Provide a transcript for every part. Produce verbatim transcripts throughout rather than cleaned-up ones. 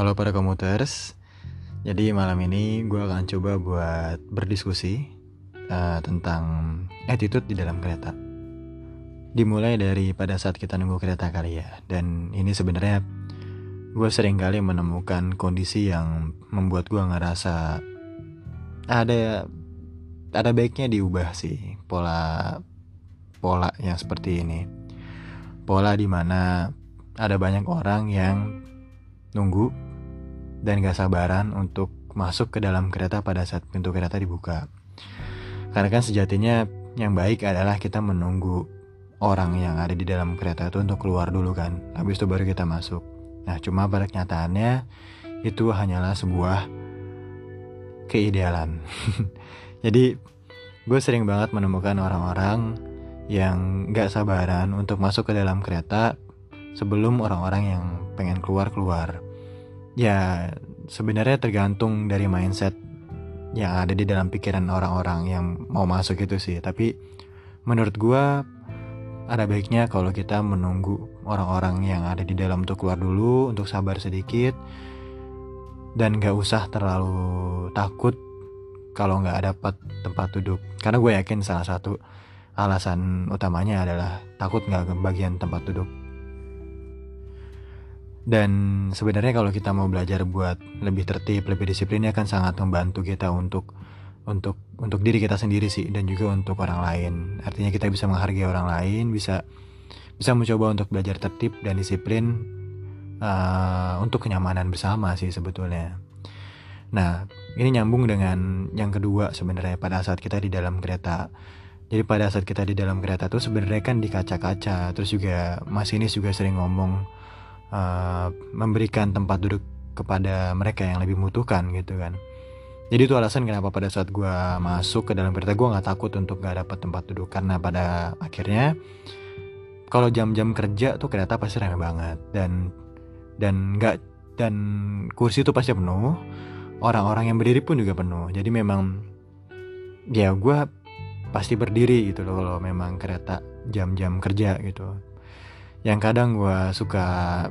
Halo para komuters, jadi malam ini gue akan coba buat berdiskusi uh, tentang attitude di dalam kereta. Dimulai dari pada saat kita nunggu kereta kali ya. Dan ini sebenarnya gue sering kali menemukan kondisi yang membuat gue ngerasa ada ada baiknya diubah sih pola pola yang seperti ini. Pola dimana ada banyak orang yang nunggu dan gak sabaran untuk masuk ke dalam kereta pada saat pintu kereta dibuka. Karena kan sejatinya yang baik adalah kita menunggu orang yang ada di dalam kereta itu untuk keluar dulu kan, habis itu baru kita masuk. Nah cuma pada kenyataannya itu hanyalah sebuah keidealan. Jadi gue sering banget menemukan orang-orang yang gak sabaran untuk masuk ke dalam kereta sebelum orang-orang yang pengen keluar-keluar. Ya sebenarnya tergantung dari mindset yang ada di dalam pikiran orang-orang yang mau masuk itu sih. Tapi menurut gue ada baiknya kalau kita menunggu orang-orang yang ada di dalam untuk keluar dulu, untuk sabar sedikit, dan gak usah terlalu takut kalau gak dapat tempat duduk. Karena gue yakin salah satu alasan utamanya adalah takut gak kebagian tempat duduk. Dan sebenarnya kalau kita mau belajar buat lebih tertib, lebih disiplin, akan sangat membantu kita untuk untuk untuk diri kita sendiri sih, dan juga untuk orang lain. Artinya kita bisa menghargai orang lain, bisa bisa mencoba untuk belajar tertib dan disiplin uh, untuk kenyamanan bersama sih sebetulnya. Nah, ini nyambung dengan yang kedua sebenarnya pada saat kita di dalam kereta. Jadi pada saat kita di dalam kereta tuh sebenarnya kan di kaca-kaca, terus juga masinis juga sering ngomong Uh, memberikan tempat duduk kepada mereka yang lebih membutuhkan gitu kan. Jadi itu alasan kenapa pada saat gue masuk ke dalam kereta gue nggak takut untuk nggak dapat tempat duduk, karena pada akhirnya kalau jam-jam kerja tuh kereta pasti ramai banget dan dan nggak dan kursi itu pasti penuh, orang-orang yang berdiri pun juga penuh. Jadi memang ya gue pasti berdiri gitu loh kalau memang kereta jam-jam kerja gitu. Yang kadang gue suka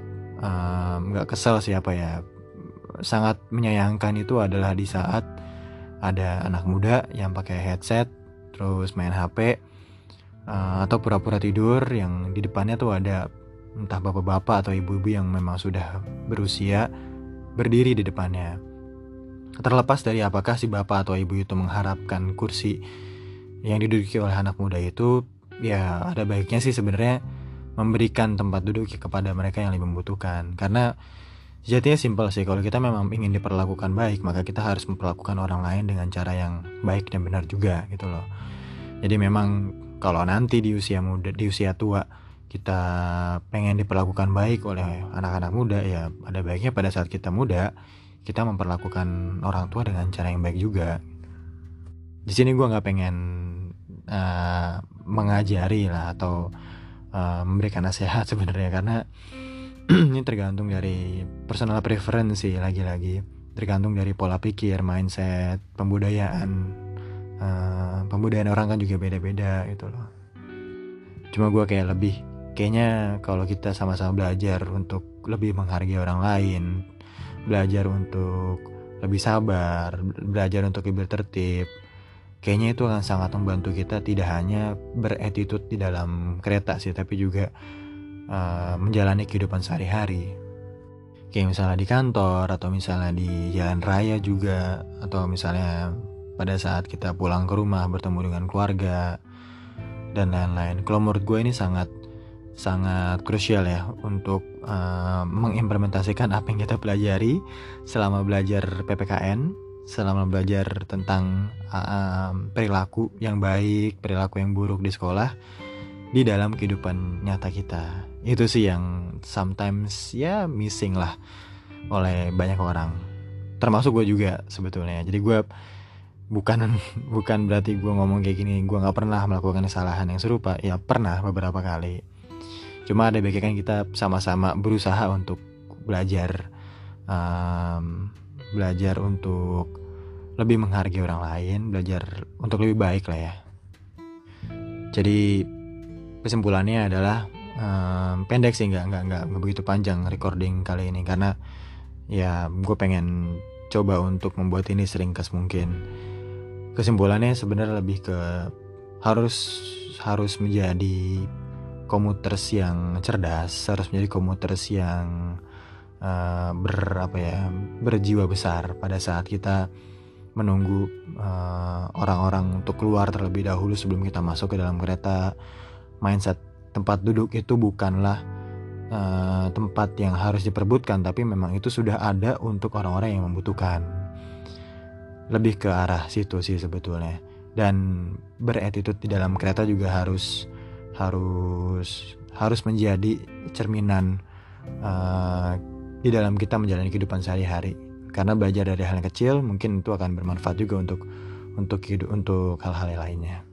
um, gak kesel sih apa ya, sangat menyayangkan itu adalah di saat ada anak muda yang pakai headset terus main H P uh, atau pura-pura tidur, yang di depannya tuh ada entah bapak-bapak atau ibu-ibu yang memang sudah berusia berdiri di depannya. Terlepas dari apakah si bapak atau ibu itu mengharapkan kursi yang diduduki oleh anak muda itu, ya ada baiknya sih sebenarnya memberikan tempat duduk kepada mereka yang lebih membutuhkan. Karena sejatinya simpel sih, kalau kita memang ingin diperlakukan baik, maka kita harus memperlakukan orang lain dengan cara yang baik dan benar juga gitu loh. Jadi memang kalau nanti di usia muda, di usia tua kita pengen diperlakukan baik oleh anak-anak muda, ya ada baiknya pada saat kita muda kita memperlakukan orang tua dengan cara yang baik juga. Di sini gue nggak pengen uh, mengajari lah atau Uh, memberikan nasihat sebenarnya, karena ini tergantung dari personal preference sih, lagi-lagi tergantung dari pola pikir, mindset, pembudayaan uh, pembudayaan orang kan juga beda-beda gitu loh. Cuma gue kayak lebih kayaknya kalau kita sama-sama belajar untuk lebih menghargai orang lain, belajar untuk lebih sabar, belajar untuk lebih tertib, kayaknya itu akan sangat membantu kita tidak hanya beretitude di dalam kereta sih, tapi juga uh, menjalani kehidupan sehari-hari. Kayak misalnya di kantor, atau misalnya di jalan raya juga, atau misalnya pada saat kita pulang ke rumah bertemu dengan keluarga, dan lain-lain. Kalau menurut gue ini sangat sangat krusial ya untuk uh, mengimplementasikan apa yang kita pelajari selama belajar P P K N, selama belajar tentang uh, perilaku yang baik, perilaku yang buruk di sekolah, di dalam kehidupan nyata kita. Itu sih yang sometimes ya missing lah oleh banyak orang, termasuk gue juga sebetulnya. Jadi gue bukan bukan berarti gue ngomong kayak gini gue nggak pernah melakukan kesalahan yang serupa, ya pernah beberapa kali. Cuma ada baiknya kan kita sama-sama berusaha untuk belajar um, belajar untuk lebih menghargai orang lain, belajar untuk lebih baik lah ya. Jadi kesimpulannya adalah um, pendek sih, nggak nggak nggak begitu panjang recording kali ini, karena ya gue pengen coba untuk membuat ini seringkas mungkin. Kesimpulannya sebenarnya lebih ke harus harus menjadi komuters yang cerdas, harus menjadi komuters yang uh, ber apa ya berjiwa besar pada saat kita menunggu uh, orang-orang untuk keluar terlebih dahulu sebelum kita masuk ke dalam kereta. Mindset tempat duduk itu bukanlah Uh, tempat yang harus diperebutkan, tapi memang itu sudah ada untuk orang-orang yang membutuhkan. Lebih ke arah situ sih sebetulnya. Dan beretitut di dalam kereta juga harus harus harus menjadi cerminan uh, di dalam kita menjalani kehidupan sehari-hari. Karena belajar dari hal yang kecil mungkin itu akan bermanfaat juga untuk untuk hidup, untuk hal-hal lainnya.